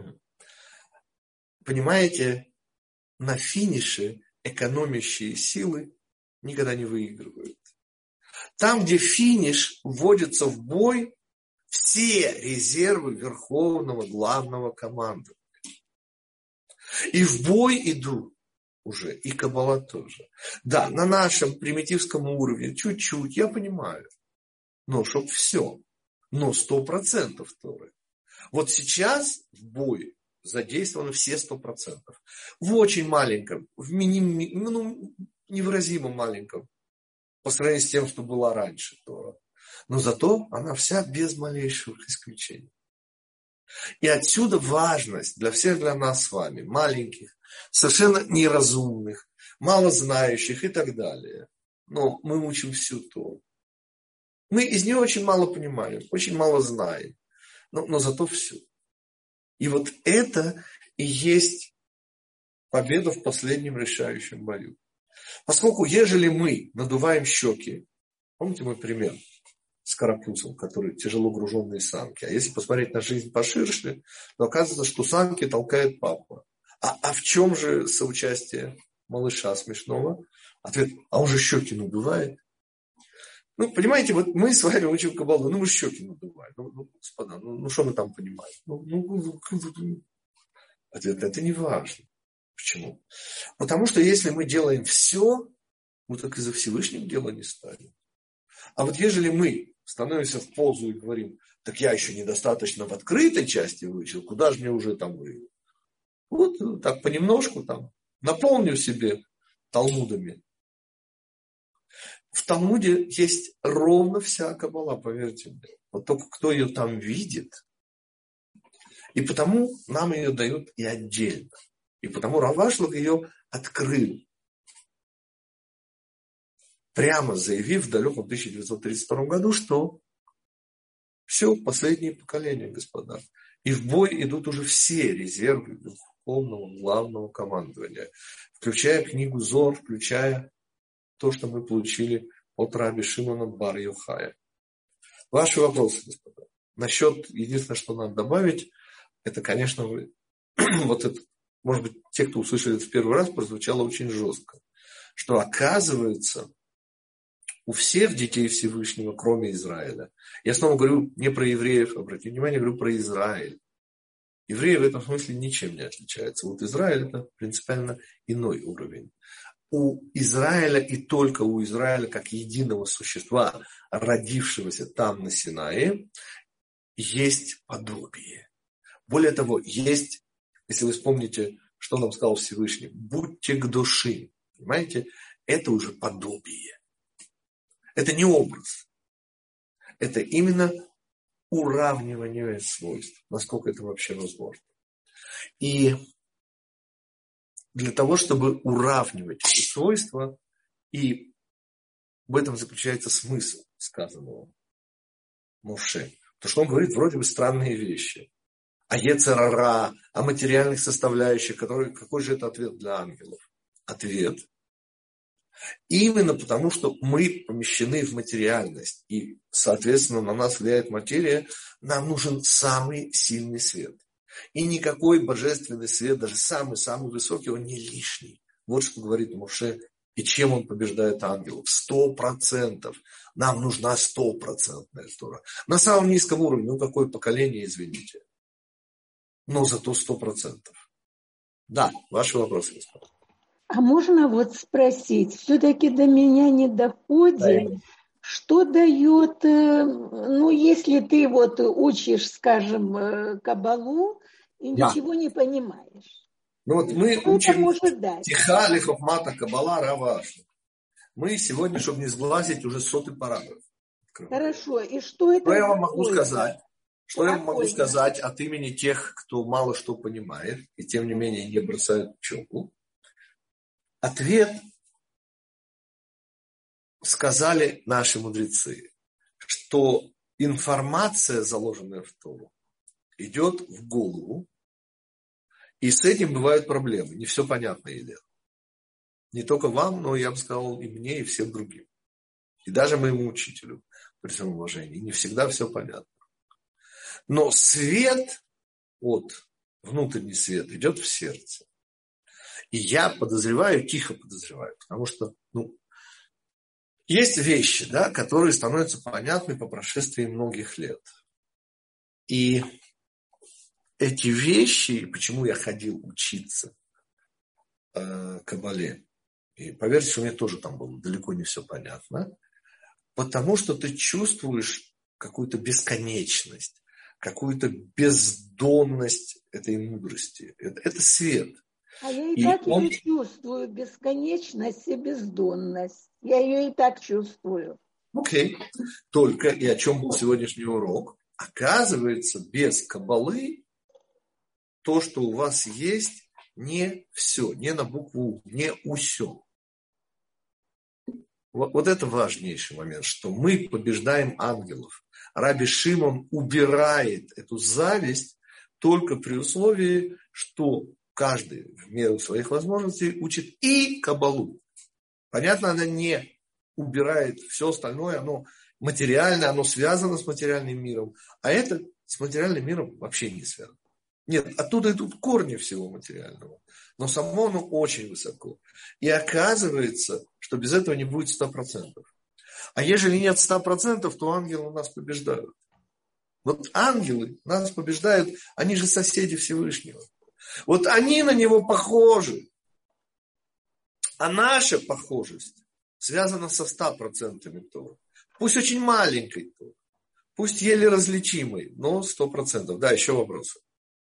Понимаете, на финише экономящие силы никогда не выигрывают. Там, где финиш вводится в бой, все резервы верховного главного командования. И в бой идут уже, и каббала тоже. Да, на нашем примитивском уровне чуть-чуть, я понимаю. Но чтоб все. Но сто процентов Торы. Вот сейчас в бой задействованы все сто процентов. В очень маленьком, в миним, ну, невыразимо маленьком, по сравнению с тем, что было раньше Тора. Но зато она вся без малейших исключений. И отсюда важность для всех, для нас с вами, маленьких, совершенно неразумных, малознающих и так далее. Но мы учим всю Тору. Мы из нее очень мало понимаем, очень мало знаем, но, но зато все. И вот это и есть победа в последнем решающем бою. Поскольку ежели мы надуваем щеки, помните мой пример с карапузом, который тяжело груженные самки, а если посмотреть на жизнь поширше, то оказывается, что самки толкает папа. А, а в чем же соучастие малыша смешного? Ответ, а он же щеки надувает. Ну, понимаете, вот мы с вами учим каббалу, ну мы щеки надуваем. Ну, ну господа, ну, ну что мы там понимаем? Ну, ну, ну, ответ, это не важно. Почему? Потому что если мы делаем все, мы так и за Всевышним дело не ставим. А вот ежели мы становимся в позу и говорим, так я еще недостаточно в открытой части выучил, куда же мне уже там выучил? Вот так понемножку там наполню себе талмудами. В Талмуде есть ровно вся каббала, поверьте мне. Вот только кто ее там видит. И потому нам ее дают и отдельно. И потому Рав Ашлаг ее открыл. Прямо заявив в далеком тысяча девятьсот тридцать втором году, что все, последнее поколение, господа. И в бой идут уже все резервы верховного главного командования. Включая книгу Зор, включая то, что мы получили от Раби Шимона бар Йохая. Ваши вопросы, господа. Насчет, единственное, что надо добавить, это, конечно, вы, вот это, может быть, те, кто услышали это в первый раз, прозвучало очень жестко. Что оказывается, у всех детей Всевышнего, кроме Израиля, я снова говорю не про евреев, обратите внимание, говорю про Израиль. Евреи в этом смысле ничем не отличаются. Вот Израиль это принципиально иной уровень. У Израиля и только у Израиля, как единого существа, родившегося там на Синае, есть подобие. Более того, есть, если вы вспомните, что нам сказал Всевышний, будьте к душе. Понимаете? Это уже подобие. Это не образ. Это именно уравнивание свойств. Насколько это вообще возможно. И для того, чтобы уравнивать эти свойства, и в этом заключается смысл сказанного Моше. То, что он говорит, вроде бы странные вещи. О йецер ара, о материальных составляющих, которые, какой же это ответ для ангелов? Ответ. Именно потому, что мы помещены в материальность, и, соответственно, на нас влияет материя, нам нужен самый сильный свет. И никакой божественный свет, даже самый-самый высокий, он не лишний. Вот что говорит Моше. И чем он побеждает ангелов? Сто процентов. Нам нужна стопроцентная Тора. На самом низком уровне, ну какое поколение, извините. Но зато сто процентов. Да, ваши вопросы, господа. А можно вот спросить, все-таки до меня не доходит, да. Что дает, ну, если ты вот учишь, скажем, каббалу и да. Ничего не понимаешь. Ну вот мы что учим Тиха Лихохмата Каббала Рава Ашлага. Мы сегодня, чтобы не сглазить, уже сотый параграф. скрывает. Хорошо, и что это Что я вам такое? могу сказать? Что Какое? я могу сказать от имени тех, кто мало что понимает, и тем не менее не бросают учебу? Ответ сказали наши мудрецы, что информация, заложенная в Тору, идет в голову, и с этим бывают проблемы. Не все понятно, Елена. Не только вам, но я бы сказал и мне, и всем другим. И даже моему учителю, при всем уважении, не всегда все понятно. Но свет, вот внутренний свет, идет в сердце. И я подозреваю, тихо подозреваю, потому что ну, есть вещи, да, которые становятся понятны по прошествии многих лет. И эти вещи, почему я ходил учиться э, Кабале, и поверьте, что мне тоже там было далеко не все понятно, потому что ты чувствуешь какую-то бесконечность, какую-то бездонность этой мудрости. Это, это свет. А я и, и так он... ее чувствую, бесконечность и бездонность. Я ее и так чувствую. Окей. Okay. Только, и о чем был сегодняшний урок, оказывается, без кабалы то, что у вас есть, не все, не на букву, не усё. Вот, вот это важнейший момент, что мы побеждаем ангелов. Раби Шимон убирает эту зависть только при условии, что каждый в меру своих возможностей учит и кабалу. Понятно, она не убирает все остальное, оно материальное, оно связано с материальным миром, а это с материальным миром вообще не связано. Нет, оттуда идут корни всего материального. Но само оно очень высоко. И оказывается, что без этого не будет сто процентов. А если нет ста процентов, то ангелы нас побеждают. Вот ангелы нас побеждают, они же соседи Всевышнего. Вот они на него похожи. А наша похожесть связана со ста процентами Торы. Пусть очень маленькой Торы. Пусть еле различимой, но сто процентов. Да, еще вопросы.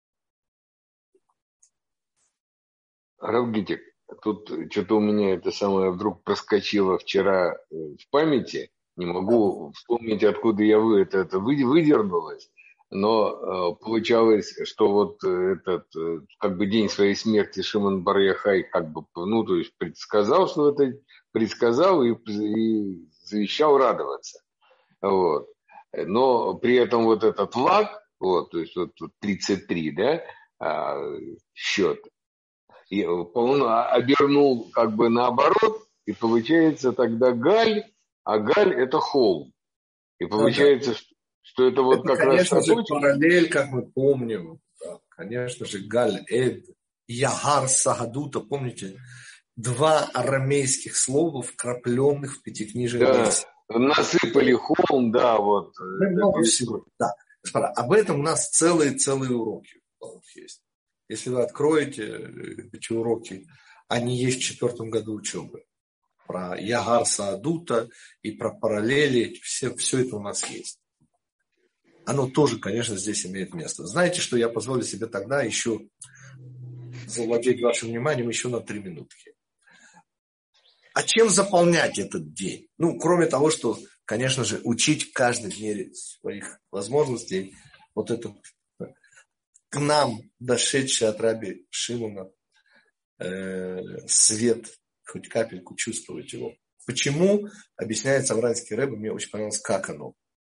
Рав Гитик, тут что-то у меня это самое вдруг проскочило вчера в памяти. Не могу вспомнить, откуда я вы, это, это выдернулось. Но э, получалось, что вот этот, э, как бы день своей смерти Шимон бар Йохай как бы, ну, то есть предсказал, что это предсказал и, и завещал радоваться. Вот. Но при этом вот этот лаг, вот, то есть вот тридцать три, да, э, счет, и он обернул как бы наоборот, и получается тогда Галь, а Галь это холм. И получается, что, что это вот это, как конечно раз... же, параллель, как мы помним. Да, конечно же, Галь, Эд, Ягар, Сагадута, помните? Два арамейских слова, вкрапленных в пятикнижие. Да, насыпали холм, да, вот. Много всего, да. Господа, об этом у нас целые-целые уроки есть. Если вы откроете эти уроки, они есть в четвертом году учебы. Про Ягар Саадута и про параллели, все, все это у нас есть. Оно тоже, конечно, здесь имеет место. Знаете, что я позволю себе тогда еще завладеть вашим вниманием еще на три минутки. А чем заполнять этот день? Ну, кроме того, что, конечно же, учить каждый в мере своих возможностей вот этот к нам дошедший от раби Шимона э, свет, хоть капельку чувствовать его. Почему, объясняет Савранский рэбе, мне очень понравилось, как оно.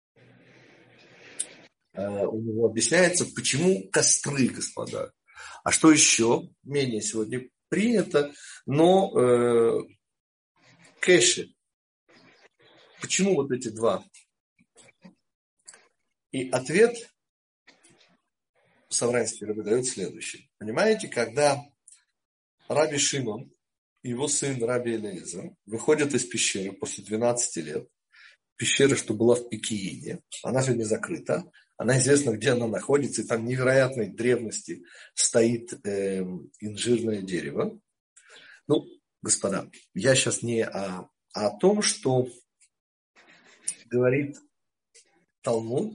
Э, у него объясняется, почему костры, господа. А что еще, менее сегодня принято, но э, кэши. Почему вот эти два? И ответ Савранский рэбе дает следующий. Понимаете, когда раби Шимон и его сын раби Элиэзер выходят из пещеры после двенадцати лет, пещера, что была в Пекиине, она сегодня закрыта, она известна, где она находится, и там невероятной древности стоит э, инжирное дерево. Ну, господа, я сейчас не о, а о том, что говорит Талмуд.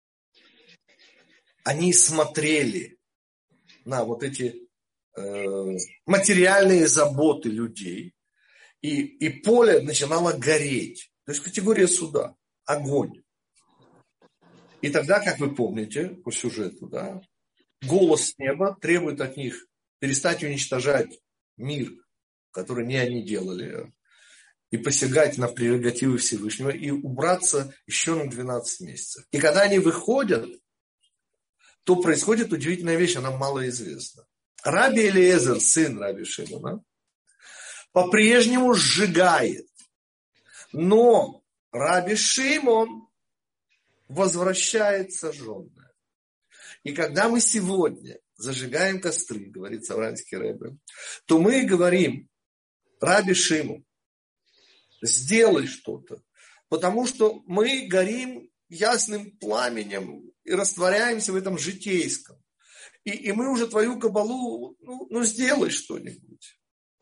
Они смотрели на вот эти э, материальные заботы людей, и, и поле начинало гореть. То есть категория суда. огонь. И тогда, как вы помните по сюжету, да, голос с неба требует от них перестать уничтожать мир, который не они делали, и посягать на прерогативы Всевышнего, и убраться еще на двенадцать месяцев. И когда они выходят, то происходит удивительная вещь, она малоизвестна. Раби Элиэзер, сын Раби Шимона, по-прежнему сжигает. Но Раби Шимон возвращает сожженное. И когда мы сегодня зажигаем костры, говорит Савранский Ребе, то мы говорим: Раби Шимон, сделай что-то. Потому что мы горим ясным пламенем и растворяемся в этом житейском. И, и мы уже твою кабалу, ну, ну сделай что-нибудь.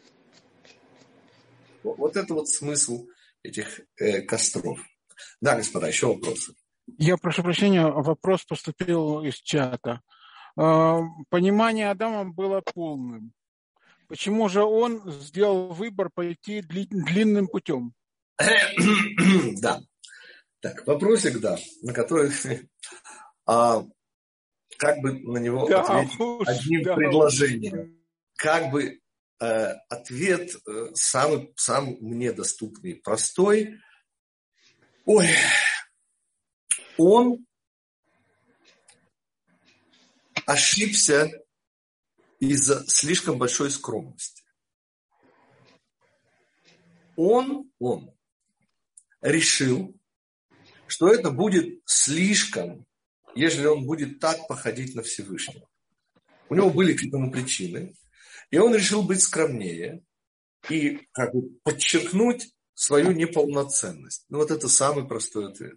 Вот это вот смысл этих э, костров. Да, господа, еще вопросы. Я прошу прощения, вопрос поступил из чата. Понимание Адама было полным. Почему же он сделал выбор пойти длинным путем? Да. Так, вопросик, да, на который а, как бы на него да, ответить уж, одним да, предложением. Как бы э, ответ э, самый, самый мне доступный, простой. Ой, он ошибся из-за слишком большой скромности. Он, он решил, что это будет слишком, если он будет так походить на Всевышнего. У него были к этому причины, и он решил быть скромнее и как бы подчеркнуть свою неполноценность. Ну вот это самый простой ответ.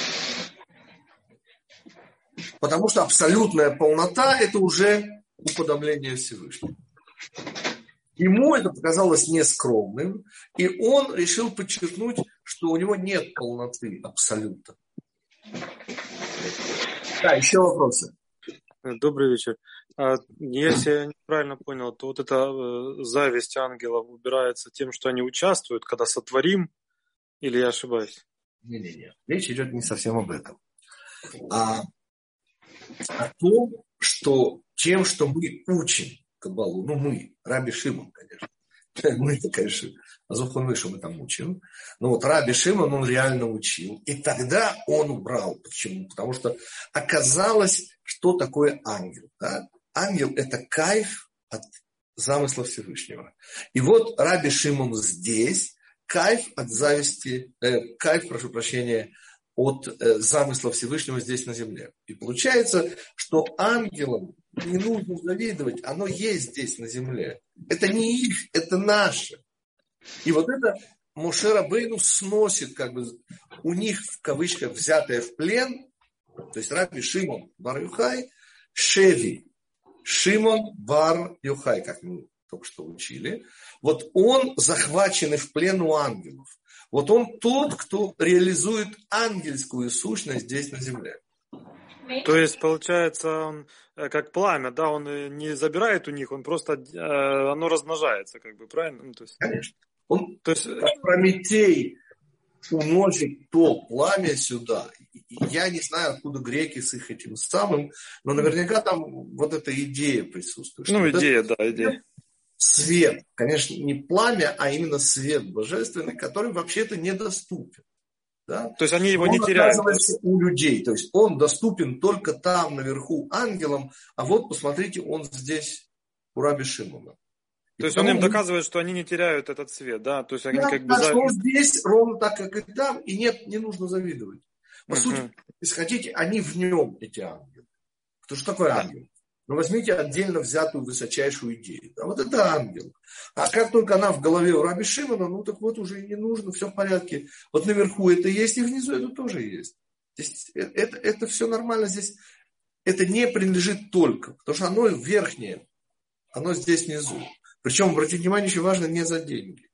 Потому что абсолютная полнота – это уже уподобление Всевышнего. Ему это показалось нескромным, и он решил подчеркнуть, что у него нет полноты абсолюта. Да, еще вопросы. Добрый вечер. Если я неправильно понял, то вот эта зависть ангелов убирается тем, что они участвуют, когда сотворим, или я ошибаюсь? Не-не-не, речь идет не совсем об этом. А о том, что тем, что мы учим Кабалу, ну мы, Раби Шимон, конечно, мы-то, конечно, Азухон Выше мы там учим, но вот Раби Шимон, он реально учил, и тогда он убрал. Почему? Потому что оказалось, что такое ангел. Да? Ангел – это кайф от замысла Всевышнего. И вот Раби Шимон здесь, кайф от зависти, э, кайф, прошу прощения, от э, замысла Всевышнего здесь на земле. И получается, что ангелам не нужно завидовать, оно есть здесь на земле. Это не их, это наше. И вот это Моше Рабейну сносит, как бы, у них, в кавычках, взятое в плен, то есть Раби Шимон бар Йохай, Шеви, Шимон бар Йохай, как мы только что учили, вот он захваченный в плен у ангелов. Вот он тот, кто реализует ангельскую сущность здесь на земле. То есть, получается, он как пламя, да, он не забирает у них, он просто, оно размножается, как бы, правильно? Ну, то есть... Конечно. Он, то есть... как Прометей, уносит то пламя сюда. Я не знаю, откуда греки с их этим самым, но наверняка там вот эта идея присутствует. Ну, вот идея, да, идея. Свет, конечно, не пламя, а именно свет божественный, который вообще-то недоступен. Да? То есть они его он не теряют. Оказывается у людей. То есть он доступен только там, наверху, ангелам, а вот, посмотрите, он здесь у Раби Шимона. И то есть он им доказывает, что они не теряют этот свет, да? То есть они да, как бы... Да, что он здесь ровно так, как и там, и нет, не нужно завидовать. По uh-huh. сути, если хотите, они в нем, эти ангелы. Кто же такой ангел? Ну, возьмите отдельно взятую высочайшую идею. Да, вот это ангел. А как только она в голове у Раби Шимона, ну, так вот уже и не нужно, все в порядке. Вот наверху это есть, и внизу это тоже есть. Здесь, это, это все нормально здесь. Это не принадлежит только, потому что оно верхнее, оно здесь внизу. Причем, обратите внимание, еще важно, не за деньги.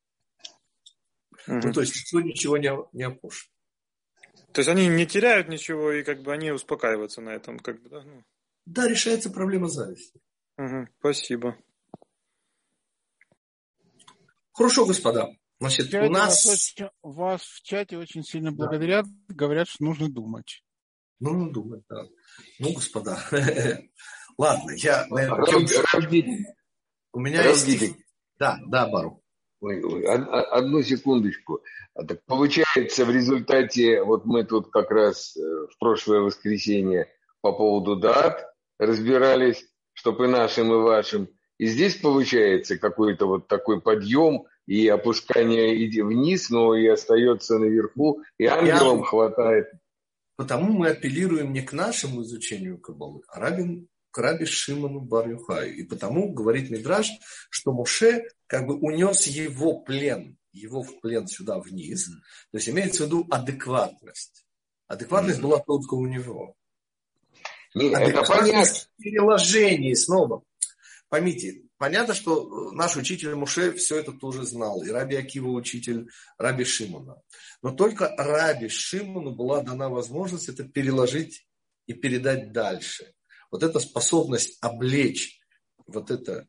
Uh-huh. Ну, то есть, никто ничего не, не опошлит. То есть, они не теряют ничего, и как бы они успокаиваются на этом, как бы, да? Ну. Да, решается проблема зависти. Угу, спасибо. Хорошо, господа. Значит, чате у нас... Вас, очень, вас в чате очень сильно благодарят, да. Говорят, что нужно думать. Нужно думать, да. Ну, господа. Ладно, я на эту тему... У меня есть стих. Да, да, Бару. Ой, ой, одну секундочку. Так получается, в результате, вот мы тут как раз в прошлое воскресенье по поводу дат разбирались, чтобы и нашим, и вашим. И здесь получается какой-то вот такой подъем и опускание вниз, но и остается наверху, и ангелом Я... хватает. Потому мы апеллируем не к нашему изучению Каббалы, а рабин, к Раби Шимону бар Йохаю. И потому говорит Мидраш, что Моше как бы унес его плен, его в плен сюда вниз. То есть имеется в виду адекватность. Адекватность mm-hmm. была только у него. Нет, это понятно. В переложении снова. Поймите, понятно, что наш учитель Моше все это тоже знал. И Раби Акива учитель Раби Шимона. Но только Раби Шимону была дана возможность это переложить и передать дальше. Вот эта способность облечь вот это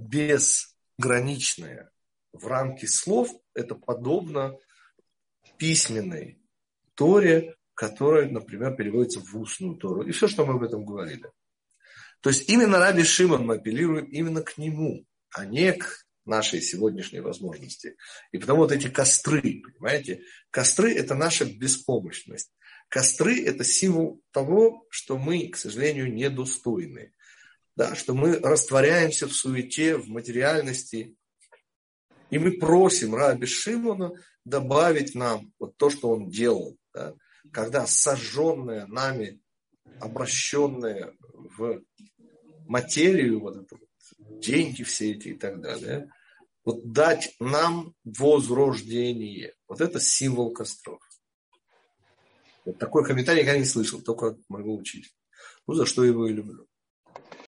безграничное в рамки слов, это подобно письменной Торе, которая, например, переводится в устную Тору. И все, что мы об этом говорили. То есть именно Раби Шимон мы апеллируем именно к нему, а не к нашей сегодняшней возможности. И потому вот эти костры, понимаете, костры – это наша беспомощность. Костры – это символ того, что мы, к сожалению, недостойны. Да, что мы растворяемся в суете, в материальности. И мы просим Раби Шимона добавить нам вот то, что он делал. Да, когда сожженное нами, обращенное в материю, вот это вот, деньги все эти и так далее, вот дать нам возрождение. Вот это символ костров. Вот такой комментарий я не слышал, только от моего учителя. Ну, за что его и люблю.